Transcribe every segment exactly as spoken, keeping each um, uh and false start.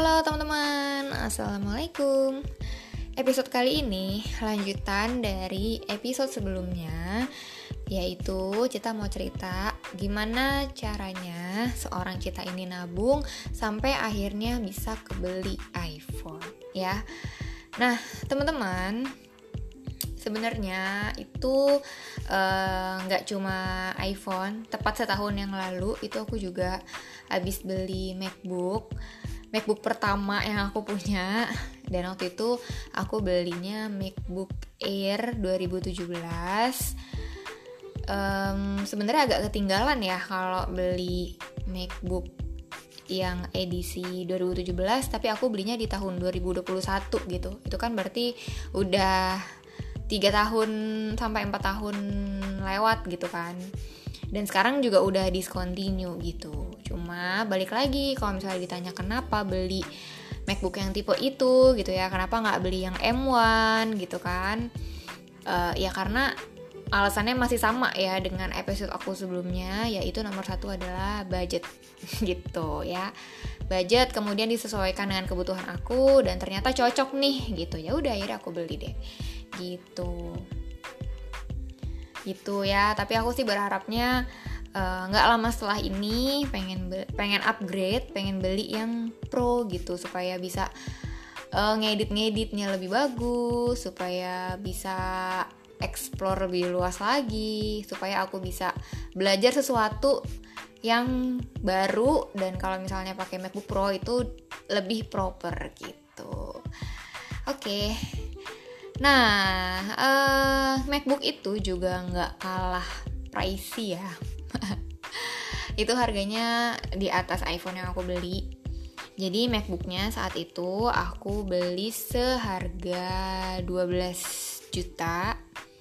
Halo teman-teman, Assalamualaikum. Episode kali ini lanjutan dari episode sebelumnya, yaitu Cita mau cerita gimana caranya seorang Cita ini nabung sampai akhirnya bisa kebeli iPhone, ya. Nah, teman-teman, sebenarnya itu nggak uh, cuma iPhone. Tepat setahun yang lalu itu aku juga habis beli MacBook MacBook pertama yang aku punya. Dan waktu itu aku belinya MacBook Air dua ribu tujuh belas. um, Sebenarnya agak ketinggalan ya kalau beli MacBook yang edisi dua ribu tujuh belas, tapi aku belinya di tahun dua ribu dua puluh satu gitu. Itu kan berarti udah tiga tahun sampai empat tahun lewat gitu kan. Dan sekarang juga udah discontinue gitu. Cuma balik lagi kalau misalnya ditanya kenapa beli MacBook yang tipe itu gitu ya, kenapa gak beli yang M satu gitu kan, uh, ya karena alasannya masih sama ya dengan episode aku sebelumnya, yaitu nomor satu adalah budget gitu ya. Budget kemudian disesuaikan dengan kebutuhan aku dan ternyata cocok nih gitu. Ya udah akhirnya aku beli deh gitu gitu ya. Tapi aku sih berharapnya nggak uh, lama setelah ini pengen be- pengen upgrade, pengen beli yang pro gitu supaya bisa uh, ngedit-ngeditnya lebih bagus, supaya bisa explore lebih luas lagi, supaya aku bisa belajar sesuatu yang baru. Dan kalau misalnya pakai MacBook Pro itu lebih proper gitu. Oke. Okay. Nah, uh, MacBook itu juga nggak kalah pricey ya. Itu harganya di atas iPhone yang aku beli. Jadi MacBooknya saat itu aku beli seharga dua belas juta.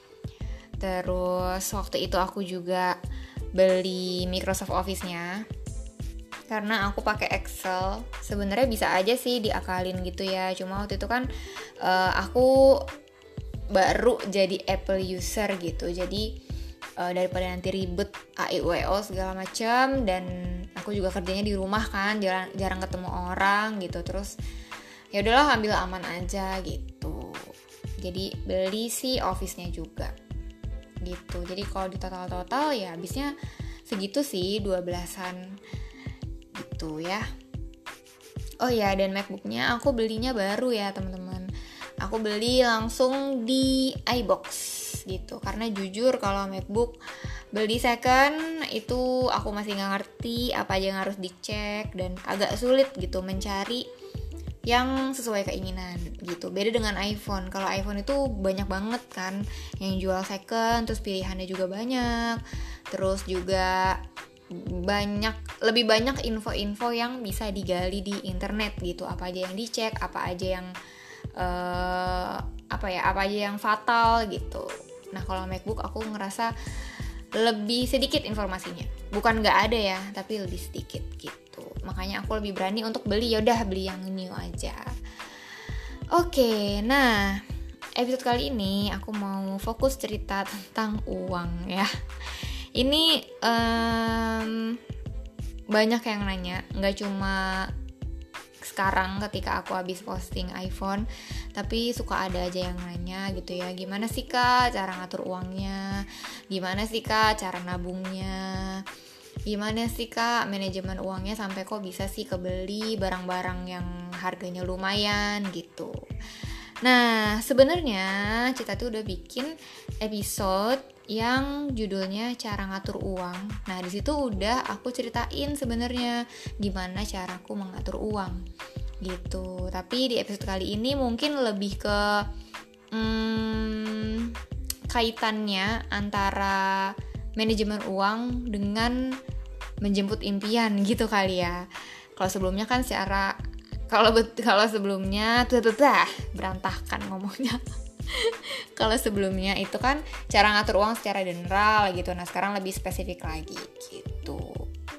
Terus waktu itu aku juga beli Microsoft Office-nya. Karena aku pakai Excel, sebenarnya bisa aja sih diakalin gitu ya. Cuma waktu itu kan uh, aku baru jadi Apple user gitu, jadi uh, daripada nanti ribet A I U E O segala macam, dan aku juga kerjanya di rumah kan, jarang, jarang ketemu orang gitu, terus ya udahlah ambil aman aja gitu. Jadi beli si Office-nya juga gitu. Jadi kalau di total-total ya habisnya segitu sih, dua belasan gitu ya. Oh ya, dan MacBook-nya aku belinya baru ya teman-teman. Aku beli langsung di iBox gitu. Karena jujur kalau MacBook beli second itu aku masih gak ngerti apa aja yang harus dicek, dan agak sulit gitu mencari yang sesuai keinginan gitu. Beda dengan iPhone. Kalau iPhone itu banyak banget kan yang jual second, terus pilihannya juga banyak. Terus juga banyak, lebih banyak info-info yang bisa digali di internet gitu. Apa aja yang dicek, apa aja yang Uh, apa ya apa aja yang fatal gitu. Nah kalau MacBook aku ngerasa lebih sedikit informasinya, bukan nggak ada ya, tapi lebih sedikit gitu. Makanya aku lebih berani untuk beli, yaudah beli yang new aja. Oke, nah episode kali ini aku mau fokus cerita tentang uang ya. Ini um, banyak yang nanya, nggak cuma sekarang ketika aku habis posting iPhone, tapi suka ada aja yang nanya gitu ya, gimana sih kak cara ngatur uangnya, gimana sih kak cara nabungnya, gimana sih kak manajemen uangnya sampai kok bisa sih kebeli barang-barang yang harganya lumayan gitu. Nah sebenarnya Cita tuh udah bikin episode yang judulnya cara ngatur uang. Nah di situ udah aku ceritain sebenarnya gimana caraku mengatur uang gitu. Tapi di episode kali ini mungkin lebih ke hmm, kaitannya antara manajemen uang dengan menjemput impian gitu kali ya. Kalau sebelumnya kan secara kalau kalau sebelumnya tuh tuh tuh berantakan ngomongnya. Kalau sebelumnya itu kan cara ngatur uang secara general gitu. Nah sekarang lebih spesifik lagi gitu.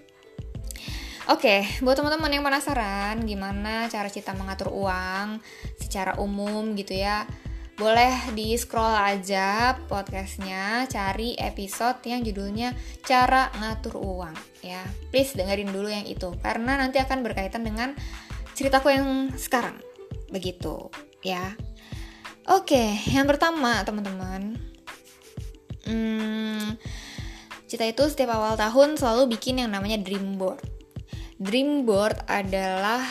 Oke, buat teman-teman yang penasaran gimana cara Cita mengatur uang secara umum gitu ya, boleh di scroll aja podcastnya, cari episode yang judulnya cara ngatur uang ya. Please dengerin dulu yang itu, karena nanti akan berkaitan dengan ceritaku yang sekarang begitu ya. Oke, yang pertama teman-teman, hmm, Cita itu setiap awal tahun selalu bikin yang namanya dream board. Dream board adalah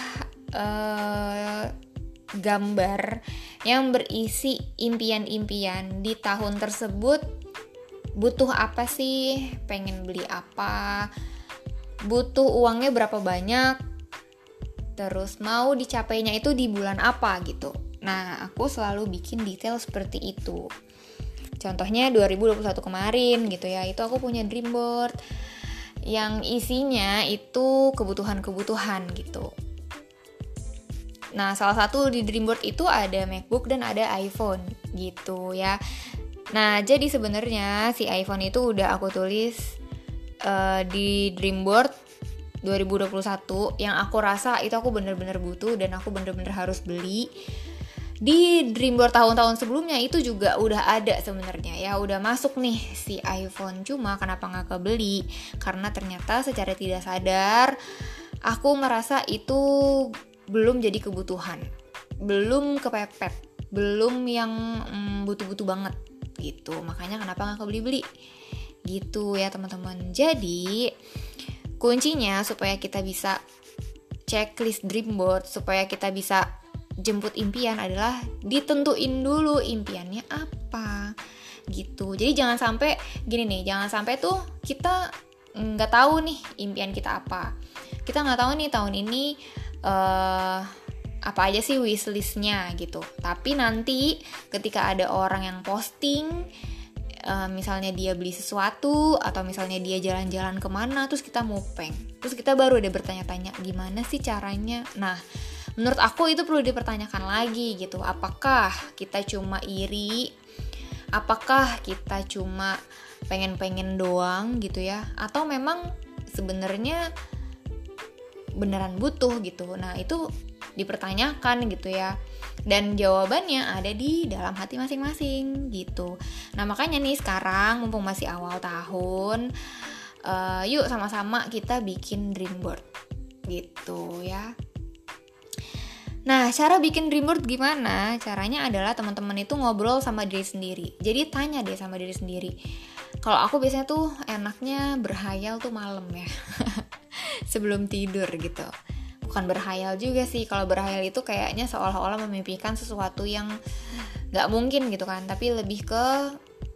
uh, gambar yang berisi impian-impian di tahun tersebut. Butuh apa sih? Pengen beli apa? Butuh uangnya berapa banyak? Terus mau dicapainya itu di bulan apa gitu. Nah, aku selalu bikin detail seperti itu. Contohnya dua ribu dua puluh satu kemarin gitu ya, itu aku punya dream board yang isinya itu kebutuhan-kebutuhan gitu. Nah, salah satu di dream board itu ada MacBook dan ada iPhone gitu ya. Nah, jadi sebenarnya si iPhone itu udah aku tulis uh, di dream board dua ribu dua puluh satu yang aku rasa itu aku bener-bener butuh dan aku bener-bener harus beli. Di dream board tahun-tahun sebelumnya itu juga udah ada sebenarnya ya, udah masuk nih si iPhone. Cuma kenapa nggak kebeli? Karena ternyata secara tidak sadar aku merasa itu belum jadi kebutuhan, belum kepepet, belum yang mm, butuh-butuh banget gitu. Makanya kenapa nggak kebeli-beli gitu ya teman-teman. Jadi kuncinya supaya kita bisa checklist dream board, supaya kita bisa jemput impian adalah ditentuin dulu impiannya apa gitu. Jadi jangan sampai gini nih, jangan sampai tuh kita nggak tahu nih impian kita apa. Kita nggak tahu nih tahun ini uh, apa aja sih wishlistnya gitu. Tapi nanti ketika ada orang yang posting, uh, misalnya dia beli sesuatu atau misalnya dia jalan-jalan kemana, terus kita mupeng, terus kita baru ada bertanya-tanya gimana sih caranya. Nah, menurut aku itu perlu dipertanyakan lagi gitu. Apakah kita cuma iri? Apakah kita cuma pengen-pengen doang gitu ya? Atau memang sebenarnya beneran butuh gitu? Nah, itu dipertanyakan gitu ya. Dan jawabannya ada di dalam hati masing-masing gitu. Nah, makanya nih sekarang mumpung masih awal tahun, uh, yuk sama-sama kita bikin dream board gitu ya. Nah, cara bikin dream board gimana? Caranya adalah teman-teman itu ngobrol sama diri sendiri. Jadi tanya deh sama diri sendiri. Kalau aku biasanya tuh enaknya berhayal tuh malam ya. Sebelum tidur gitu. Bukan berhayal juga sih. Kalau berhayal itu kayaknya seolah-olah memimpikan sesuatu yang gak mungkin gitu kan. Tapi lebih ke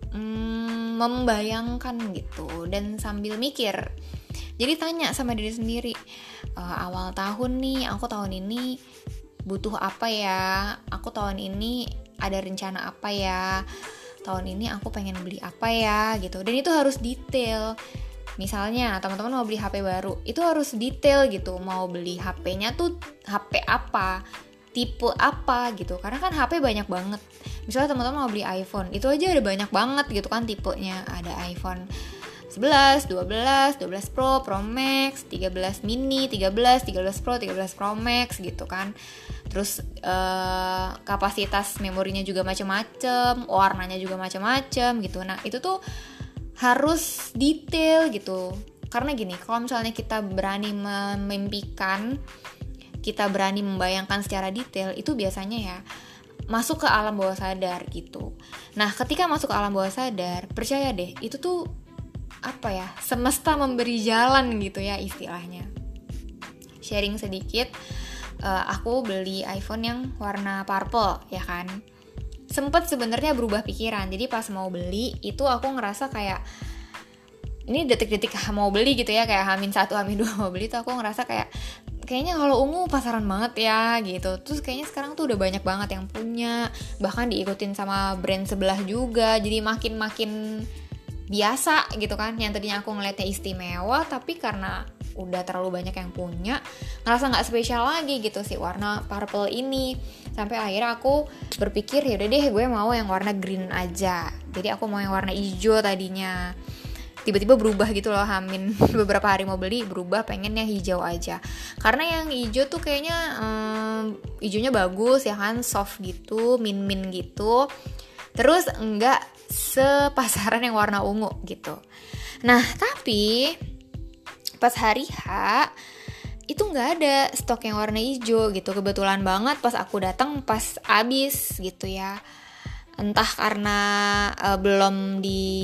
mm, membayangkan gitu. Dan sambil mikir. Jadi tanya sama diri sendiri. E, awal tahun nih, aku tahun ini butuh apa ya? Aku tahun ini ada rencana apa ya? Tahun ini aku pengen beli apa ya? Gitu. Dan itu harus detail. Misalnya teman-teman mau beli H P baru, itu harus detail gitu. Mau beli H P-nya tuh H P apa? Tipe apa gitu. Karena kan H P banyak banget. Misalnya teman-teman mau beli iPhone, itu aja ada banyak banget gitu kan tipenya. Ada iPhone sebelas, dua belas, dua belas Pro, Pro Max, tiga belas mini, tiga belas, tiga belas Pro, tiga belas Pro Max gitu kan. Terus uh, kapasitas memorinya juga macam-macam, warnanya juga macam-macam gitu. Nah, itu tuh harus detail gitu. Karena gini, kalau misalnya kita berani memimpikan, kita berani membayangkan secara detail, itu biasanya ya masuk ke alam bawah sadar gitu. Nah, ketika masuk ke alam bawah sadar, percaya deh, itu tuh apa ya, semesta memberi jalan gitu ya istilahnya. Sharing sedikit, uh, aku beli iPhone yang warna purple ya kan. Sempet sebenarnya berubah pikiran. Jadi pas mau beli itu aku ngerasa kayak ini detik-detik mau beli gitu ya, kayak hamin satu hamin dua mau beli tuh aku ngerasa kayak kayaknya kalau ungu pasaran banget ya gitu. Terus kayaknya sekarang tuh udah banyak banget yang punya, bahkan diikutin sama brand sebelah juga. Jadi makin-makin biasa gitu kan. Yang tadinya aku ngeliatnya istimewa, tapi karena udah terlalu banyak yang punya, ngerasa nggak spesial lagi gitu si warna purple ini. Sampai akhirnya aku berpikir yaudah deh gue mau yang warna green aja. Jadi aku mau yang warna hijau tadinya. Tiba-tiba berubah gitu loh, hamin beberapa hari mau beli berubah, pengen yang hijau aja. Karena yang hijau tuh kayaknya hmm, hijaunya bagus ya kan, soft gitu, min-min gitu. Terus enggak sepasaran yang warna ungu gitu. Nah, tapi pas hari H itu nggak ada stok yang warna hijau gitu. Kebetulan banget pas aku datang pas habis gitu ya. Entah karena uh, belum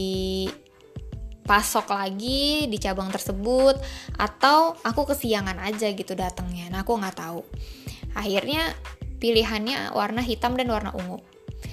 dipasok lagi di cabang tersebut, atau aku kesiangan aja gitu datangnya. Nah aku nggak tahu. Akhirnya pilihannya warna hitam dan warna ungu.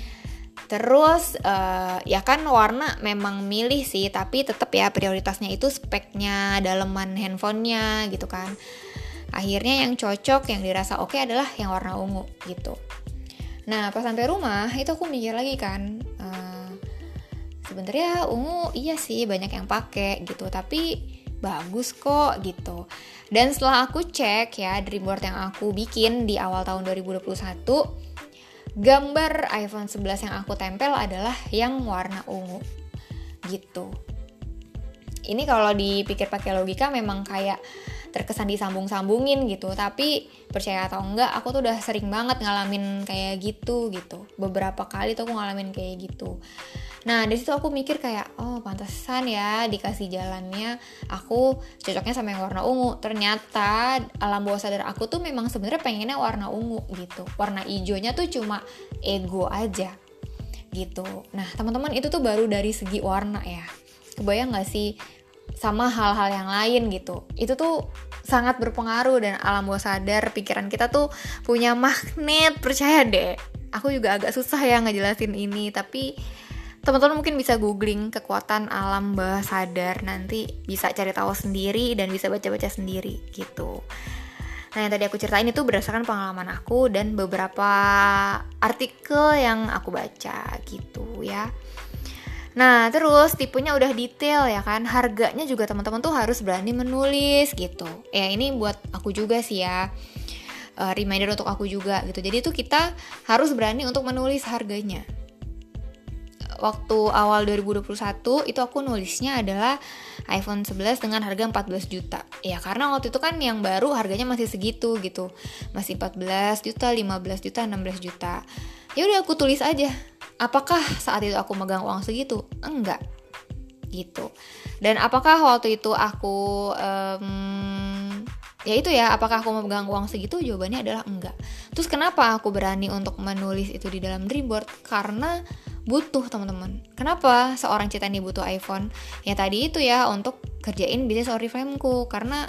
Terus uh, ya kan warna memang milih sih, tapi tetap ya prioritasnya itu speknya, daleman handphonenya gitu kan. Akhirnya yang cocok, yang dirasa oke adalah yang warna ungu gitu. Nah pas sampai rumah itu aku mikir lagi kan, uh, sebenarnya ungu iya sih banyak yang pakai gitu, tapi bagus kok gitu. Dan setelah aku cek ya dreamboard yang aku bikin di awal tahun dua ribu dua puluh satu, gambar iPhone sebelas yang aku tempel adalah yang warna ungu gitu. Ini kalau dipikir pakai logika memang kayak terkesan disambung-sambungin gitu, tapi percaya atau enggak aku tuh udah sering banget ngalamin kayak gitu gitu. Beberapa kali tuh aku ngalamin kayak gitu. Nah dari situ aku mikir kayak, oh pantesan ya dikasih jalannya aku cocoknya sama yang warna ungu. Ternyata alam bawah sadar aku tuh memang sebenarnya pengennya warna ungu gitu. Warna hijaunya tuh cuma ego aja gitu. Nah teman-teman itu tuh baru dari segi warna ya. Kebayang gak sih sama hal-hal yang lain gitu. Itu tuh sangat berpengaruh, dan alam bawah sadar pikiran kita tuh punya magnet, percaya deh. Aku juga agak susah ya ngejelasin ini, tapi teman-teman mungkin bisa googling kekuatan alam bawah sadar, nanti bisa cari tahu sendiri dan bisa baca-baca sendiri gitu. Nah yang tadi aku ceritain itu berdasarkan pengalaman aku dan beberapa artikel yang aku baca gitu ya. Nah terus tipenya udah detail ya kan, harganya juga teman-teman tuh harus berani menulis gitu. Ya ini buat aku juga sih ya, uh, reminder untuk aku juga gitu. Jadi tuh kita harus berani untuk menulis harganya. Waktu awal dua ribu dua puluh satu itu aku nulisnya adalah iPhone sebelas dengan harga empat belas juta. Ya karena waktu itu kan yang baru harganya masih segitu gitu. Masih empat belas juta, lima belas juta, enam belas juta. Ya udah aku tulis aja. Apakah saat itu aku megang uang segitu? Enggak. Gitu. Dan apakah waktu itu aku um, ya itu ya, apakah aku megang uang segitu? Jawabannya adalah enggak. Terus kenapa aku berani untuk menulis itu di dalam dreamboard? Karena butuh teman-teman. Kenapa seorang Cita ini butuh iPhone? Ya tadi itu ya, untuk kerjain bisnis Oriflame-ku. Karena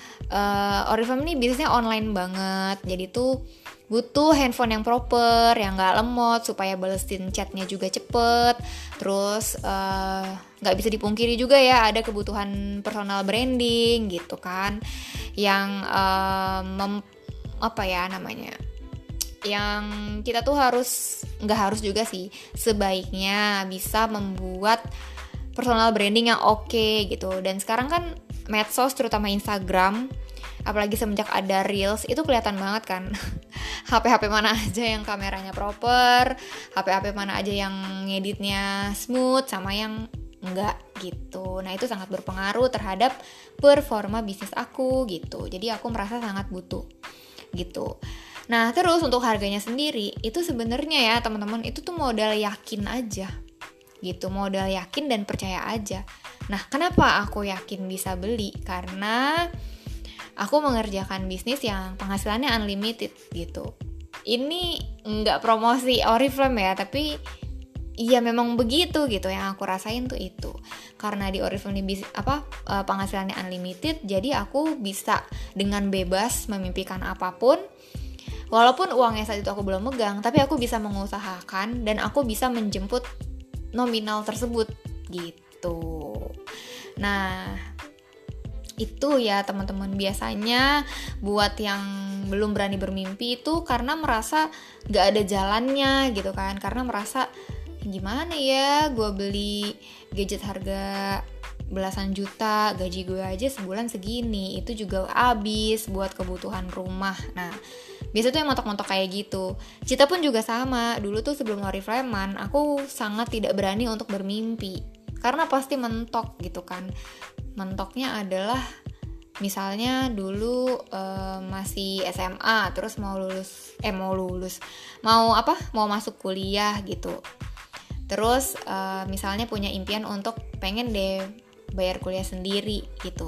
uh, Oriflame ini bisnisnya online banget. Jadi tuh butuh handphone yang proper, yang gak lemot, supaya balesin chatnya juga cepet. Terus uh, gak bisa dipungkiri juga ya, ada kebutuhan personal branding gitu kan, yang uh, mem, apa ya namanya, yang kita tuh harus, gak harus juga sih, sebaiknya bisa membuat personal branding yang oke okay, gitu. Dan sekarang kan medsos, terutama Instagram, apalagi semenjak ada Reels, itu kelihatan banget kan H P-H P mana aja yang kameranya proper, H P-H P mana aja yang ngeditnya smooth, sama yang enggak gitu. Nah itu sangat berpengaruh terhadap performa bisnis aku gitu. Jadi aku merasa sangat butuh gitu. Nah terus untuk harganya sendiri, itu sebenarnya ya teman-teman, itu tuh modal yakin aja gitu, modal yakin dan percaya aja. Nah kenapa aku yakin bisa beli? Karena aku mengerjakan bisnis yang penghasilannya unlimited gitu. Ini nggak promosi Oriflame ya, tapi iya memang begitu gitu. Yang aku rasain tuh itu. Karena di Oriflame ini apa penghasilannya unlimited, jadi aku bisa dengan bebas memimpikan apapun. Walaupun uangnya saat itu aku belum megang, tapi aku bisa mengusahakan dan aku bisa menjemput nominal tersebut gitu. Nah itu ya teman-teman, biasanya buat yang belum berani bermimpi itu karena merasa gak ada jalannya gitu kan. Karena merasa gimana ya, gue beli gadget harga belasan juta, gaji gue aja sebulan segini, itu juga habis buat kebutuhan rumah. Nah biasa tuh yang montok-montok kayak gitu. Cita pun juga sama, dulu tuh sebelum Oriflame-an aku sangat tidak berani untuk bermimpi, karena pasti mentok gitu kan. Mentoknya adalah misalnya dulu uh, masih S M A, terus mau lulus eh mau lulus mau apa mau masuk kuliah gitu. Terus uh, misalnya punya impian untuk pengen deh bayar kuliah sendiri gitu.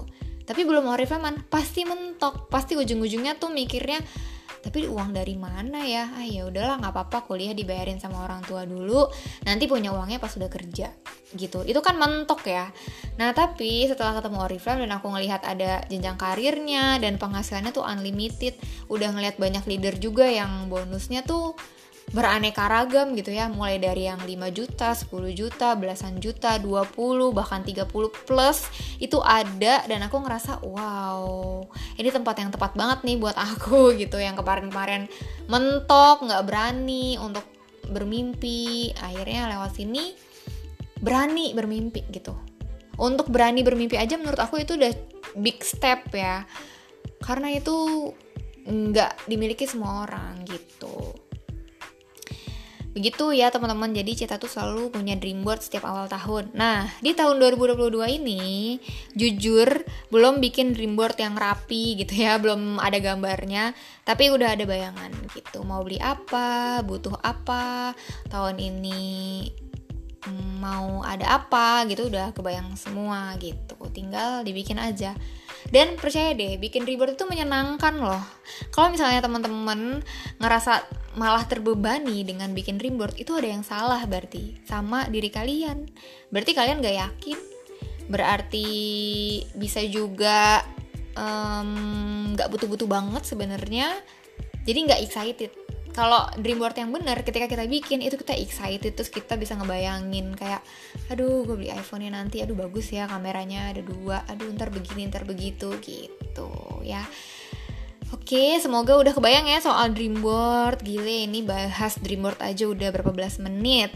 tapi belum Oriflame pasti mentok, pasti ujung-ujungnya tuh mikirnya tapi uang dari mana ya, ah ya udahlah nggak apa-apa, kuliah dibayarin sama orang tua dulu, nanti punya uangnya pas sudah kerja gitu. Itu kan mentok ya. Nah tapi setelah ketemu Oriflame dan aku ngelihat ada jenjang karirnya dan penghasilannya tuh unlimited, udah ngelihat banyak leader juga yang bonusnya tuh beraneka ragam gitu ya, mulai dari yang lima juta, sepuluh juta, belasan juta, dua puluh, bahkan tiga puluh plus itu ada. Dan aku ngerasa wow, ini tempat yang tepat banget nih buat aku gitu, yang kemarin-kemarin mentok, gak berani untuk bermimpi, akhirnya lewat sini berani bermimpi gitu. Untuk berani bermimpi aja menurut aku itu udah big step ya, karena itu gak dimiliki semua orang gitu. Begitu ya teman-teman, jadi Cita tuh selalu punya dream board setiap awal tahun. Nah, di tahun dua ribu dua puluh dua ini, jujur belum bikin dream board yang rapi gitu ya, belum ada gambarnya, tapi udah ada bayangan gitu. Mau beli apa, butuh apa, tahun ini mau ada apa gitu, udah kebayang semua gitu. Tinggal dibikin aja. Dan percaya deh, bikin dream board itu menyenangkan loh. Kalau misalnya teman-teman ngerasa malah terbebani dengan bikin dream board, itu ada yang salah berarti sama diri kalian. Berarti kalian gak yakin. Berarti bisa juga um, gak butuh-butuh banget sebenarnya. Jadi gak excited. Kalau dream board yang benar, ketika kita bikin itu kita excited, terus kita bisa ngebayangin kayak, aduh gue beli iPhone-nya nanti, aduh bagus ya kameranya ada dua, aduh ntar begini ntar begitu gitu ya. Oke, semoga udah kebayang ya soal dream board. Gile, ini bahas dream board aja udah berapa belas menit.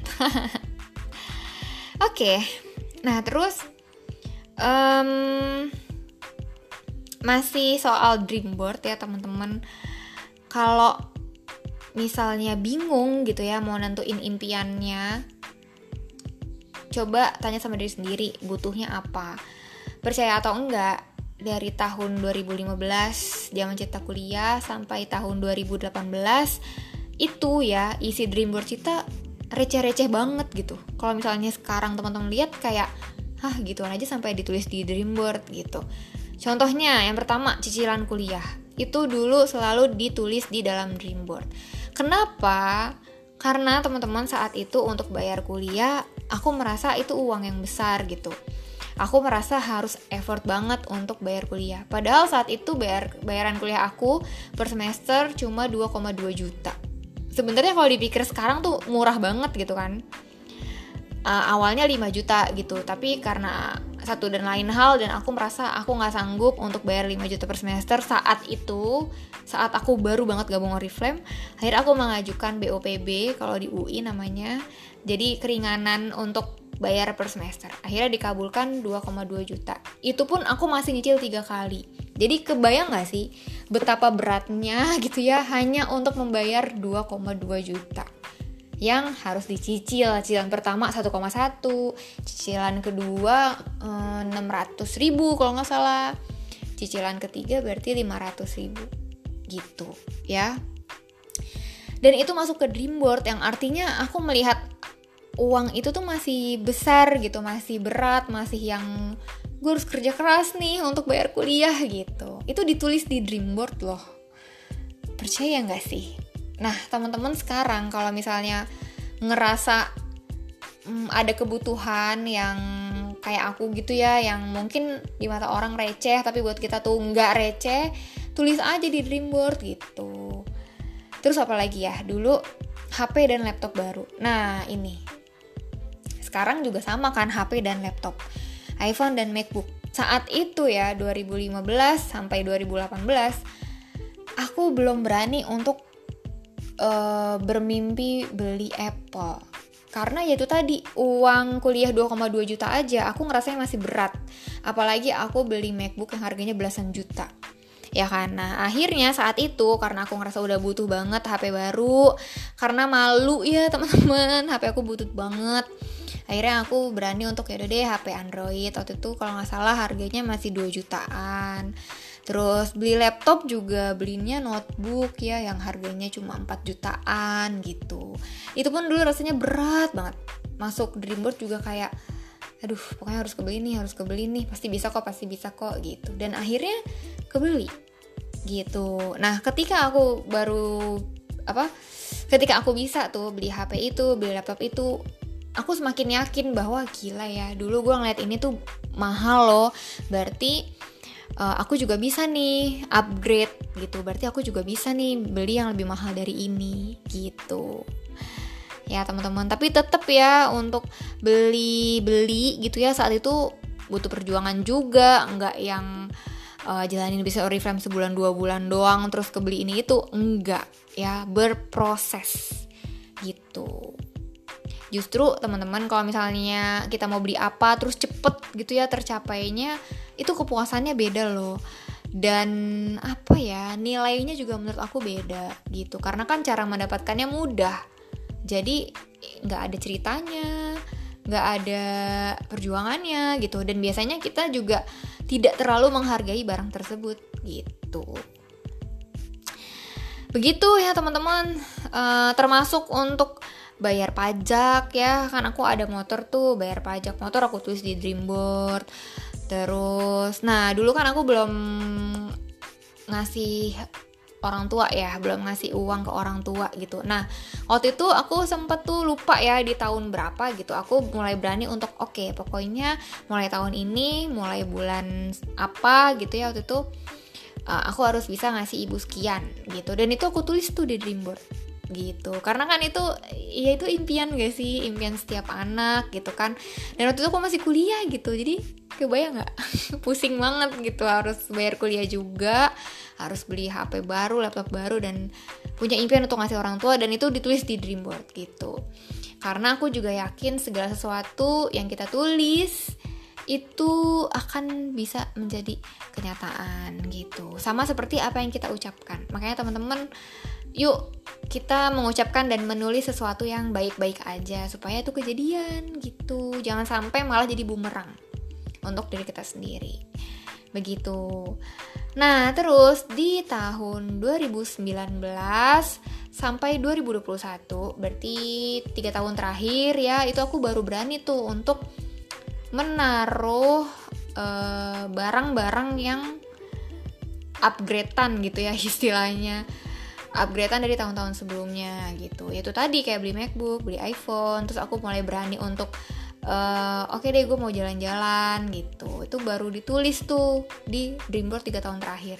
Oke, nah terus um, masih soal dream board ya teman-teman. Kalau misalnya bingung gitu ya mau nentuin impiannya, coba tanya sama diri sendiri, butuhnya apa. Percaya atau enggak, dari tahun dua ribu lima belas zaman Cita kuliah sampai tahun dua ribu delapan belas itu ya isi dream board Cita receh-receh banget gitu. Kalau misalnya sekarang teman-teman lihat kayak hah gituan aja sampai ditulis di dream board gitu. Contohnya yang pertama, cicilan kuliah. Itu dulu selalu ditulis di dalam dream board. Kenapa? Karena teman-teman saat itu untuk bayar kuliah, aku merasa itu uang yang besar gitu. Aku merasa harus effort banget untuk bayar kuliah. Padahal saat itu bayar bayaran kuliah aku per semester cuma dua koma dua juta. Sebenarnya kalau dipikir sekarang tuh murah banget gitu kan. Uh, awalnya lima juta gitu, tapi karena satu dan lain hal dan aku merasa aku gak sanggup untuk bayar lima juta per semester saat itu, saat aku baru banget gabung Oriflame. Akhirnya aku mengajukan B O P B, kalau di U I namanya, jadi keringanan untuk bayar per semester. Akhirnya dikabulkan dua koma dua juta. Itu pun aku masih nyicil tiga kali. Jadi kebayang gak sih betapa beratnya gitu ya, hanya untuk membayar dua koma dua juta yang harus dicicil. Cicilan pertama satu koma satu, cicilan kedua enam ratus ribu kalau gak salah, cicilan ketiga berarti lima ratus ribu gitu ya. Dan itu masuk ke dream board, yang artinya aku melihat uang itu tuh masih besar gitu, masih berat, masih yang gue harus kerja keras nih untuk bayar kuliah gitu. Itu ditulis di dream board loh. Percaya gak sih? Nah teman-teman sekarang kalau misalnya ngerasa hmm, ada kebutuhan yang kayak aku gitu ya, yang mungkin di mata orang receh tapi buat kita tuh nggak receh, tulis aja di dream board gitu. Terus apa lagi ya, dulu H P dan laptop baru. Nah ini sekarang juga sama kan, H P dan laptop, iPhone dan MacBook. Saat itu ya dua ribu lima belas sampai dua ribu delapan belas aku belum berani untuk Uh, bermimpi beli Apple. Karena ya itu tadi, uang kuliah dua koma dua juta aja aku ngerasanya masih berat. Apalagi aku beli MacBook yang harganya belasan juta. Ya kan, nah akhirnya saat itu karena aku ngerasa udah butuh banget H P baru, karena malu ya teman-teman, H P aku butuh banget. Akhirnya aku berani untuk yaudah deh H P Android. Waktu itu kalau gak salah harganya masih dua jutaan. Terus beli laptop juga belinya notebook ya yang harganya cuma empat jutaan gitu. Itu pun dulu rasanya berat banget. Masuk dream board juga kayak aduh pokoknya harus kebeli nih, harus kebeli nih, pasti bisa kok, pasti bisa kok gitu. Dan akhirnya kebeli gitu. Nah ketika aku baru apa ketika aku bisa tuh beli H P itu, beli laptop itu, aku semakin yakin bahwa gila ya, dulu gue ngeliat ini tuh mahal loh, berarti uh, aku juga bisa nih upgrade gitu, berarti aku juga bisa nih beli yang lebih mahal dari ini gitu ya teman-teman. Tapi tetap ya untuk beli-beli gitu ya saat itu butuh perjuangan juga, nggak yang uh, jalanin bisnis Oriflame sebulan dua bulan doang terus kebeli ini itu, enggak ya, berproses gitu. Justru teman-teman kalau misalnya kita mau beli apa terus cepet gitu ya tercapainya, itu kepuasannya beda loh. Dan apa ya, nilainya juga menurut aku beda gitu. Karena kan cara mendapatkannya mudah. Jadi gak ada ceritanya, gak ada perjuangannya gitu. Dan biasanya kita juga tidak terlalu menghargai barang tersebut gitu. Begitu ya teman-teman, uh, termasuk untuk bayar pajak ya, kan aku ada motor tuh, bayar pajak motor aku tulis di Dreamboard. Terus, nah dulu kan aku belum ngasih orang tua ya, belum ngasih uang ke orang tua gitu. Nah waktu itu aku sempet tuh lupa ya di tahun berapa gitu, aku mulai berani untuk oke okay, pokoknya mulai tahun ini, mulai bulan apa gitu ya waktu itu, uh, aku harus bisa ngasih ibu sekian gitu. Dan itu aku tulis tuh di Dreamboard gitu, karena kan itu ya itu impian gak sih, impian setiap anak gitu kan. Dan waktu itu aku masih kuliah gitu, jadi kebayang gak pusing banget gitu, harus bayar kuliah juga, harus beli H P baru, laptop baru, dan punya impian untuk ngasih orang tua, dan itu ditulis di Dreamboard gitu. Karena aku juga yakin segala sesuatu yang kita tulis itu akan bisa menjadi kenyataan gitu, sama seperti apa yang kita ucapkan. Makanya teman-teman, yuk kita mengucapkan dan menulis sesuatu yang baik-baik aja supaya itu kejadian gitu. Jangan sampai malah jadi bumerang untuk diri kita sendiri. Begitu. Nah, terus di tahun dua ribu sembilan belas sampai dua ribu dua puluh satu, berarti tiga tahun terakhir ya, itu aku baru berani tuh untuk menaruh uh, barang-barang yang upgrade-an gitu ya istilahnya. Upgrade-an dari tahun-tahun sebelumnya gitu. Yaitu tadi kayak beli MacBook, beli iPhone, terus aku mulai berani untuk uh, oke okay deh gue mau jalan-jalan gitu. Itu baru ditulis tuh di Dreamboard tiga tahun terakhir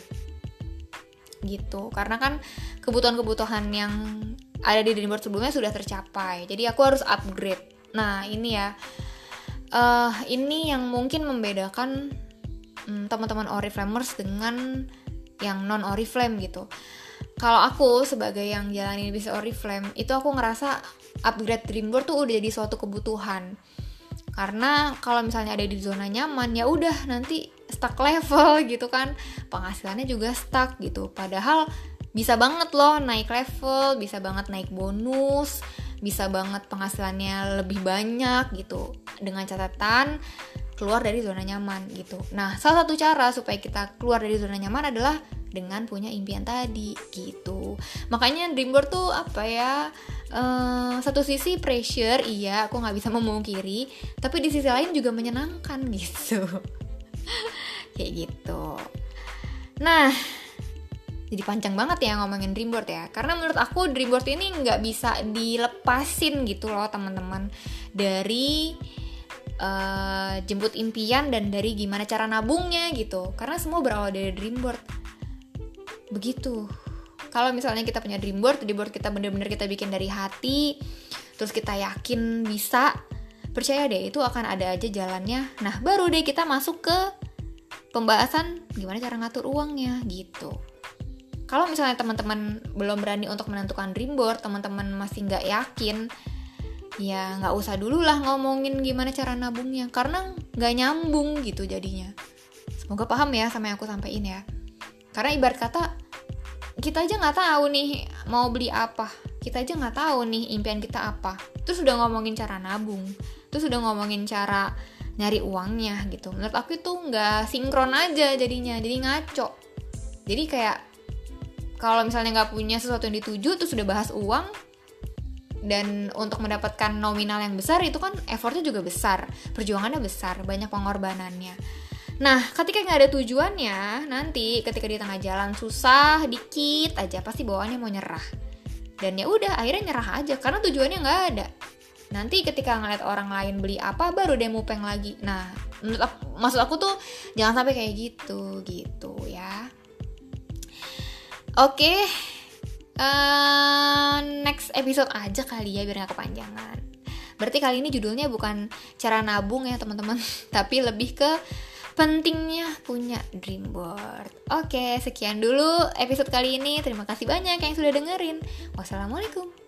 gitu. Karena kan kebutuhan-kebutuhan yang ada di Dreamboard sebelumnya sudah tercapai, jadi aku harus upgrade. Nah ini ya, uh, ini yang mungkin membedakan um, teman-teman Oriflamers dengan yang non Oriflame gitu. Kalau aku sebagai yang jalanin bisnis Oriflame, itu aku ngerasa upgrade Dreamboard tuh udah jadi suatu kebutuhan. Karena kalau misalnya ada di zona nyaman, ya udah nanti stuck level gitu kan, penghasilannya juga stuck gitu. Padahal bisa banget loh naik level, bisa banget naik bonus, bisa banget penghasilannya lebih banyak gitu, dengan catatan keluar dari zona nyaman gitu. Nah, salah satu cara supaya kita keluar dari zona nyaman adalah dengan punya impian tadi gitu. Makanya Dreamboard tuh apa ya, uh, satu sisi pressure, iya aku gak bisa memungkiri, tapi di sisi lain juga menyenangkan gitu. Kayak gitu. Nah, jadi panjang banget ya ngomongin Dreamboard ya, karena menurut aku Dreamboard ini gak bisa dilepasin gitu loh teman-teman, dari uh, jemput impian dan dari gimana cara nabungnya gitu. Karena semua berawal dari Dreamboard. Begitu. Kalau misalnya kita punya Dreamboard, Dreamboard kita bener-bener kita bikin dari hati, terus kita yakin bisa, percaya deh itu akan ada aja jalannya. Nah baru deh kita masuk ke pembahasan gimana cara ngatur uangnya gitu. Kalau misalnya teman-teman belum berani untuk menentukan Dreamboard, teman-teman masih nggak yakin, ya nggak usah dulu lah ngomongin gimana cara nabungnya, karena nggak nyambung gitu jadinya. Semoga paham ya sama yang aku sampaikan ya. Karena ibarat kata, kita aja nggak tahu nih mau beli apa, kita aja nggak tahu nih impian kita apa. Terus udah ngomongin cara nabung, terus udah ngomongin cara nyari uangnya gitu. Menurut aku itu nggak sinkron aja jadinya, jadi ngaco. Jadi kayak kalau misalnya nggak punya sesuatu yang dituju, terus udah bahas uang, Dan untuk mendapatkan nominal yang besar itu kan effortnya juga besar, perjuangannya besar, banyak pengorbanannya. Nah, ketika nggak ada tujuannya, nanti ketika di tengah jalan susah dikit aja, pasti bawaannya mau nyerah. Dan ya udah, akhirnya nyerah aja karena tujuannya nggak ada. Nanti ketika ngeliat orang lain beli apa, baru dia mupeng lagi. Nah, menurut aku, maksud aku tuh jangan sampai kayak gitu, gitu ya. Oke, okay. uh, next episode aja kali ya biar nggak kepanjangan. Berarti kali ini judulnya bukan cara nabung ya teman-teman, tapi lebih ke pentingnya punya dream board. Oke, sekian dulu episode kali ini. Terima kasih banyak yang sudah dengerin. Wassalamualaikum.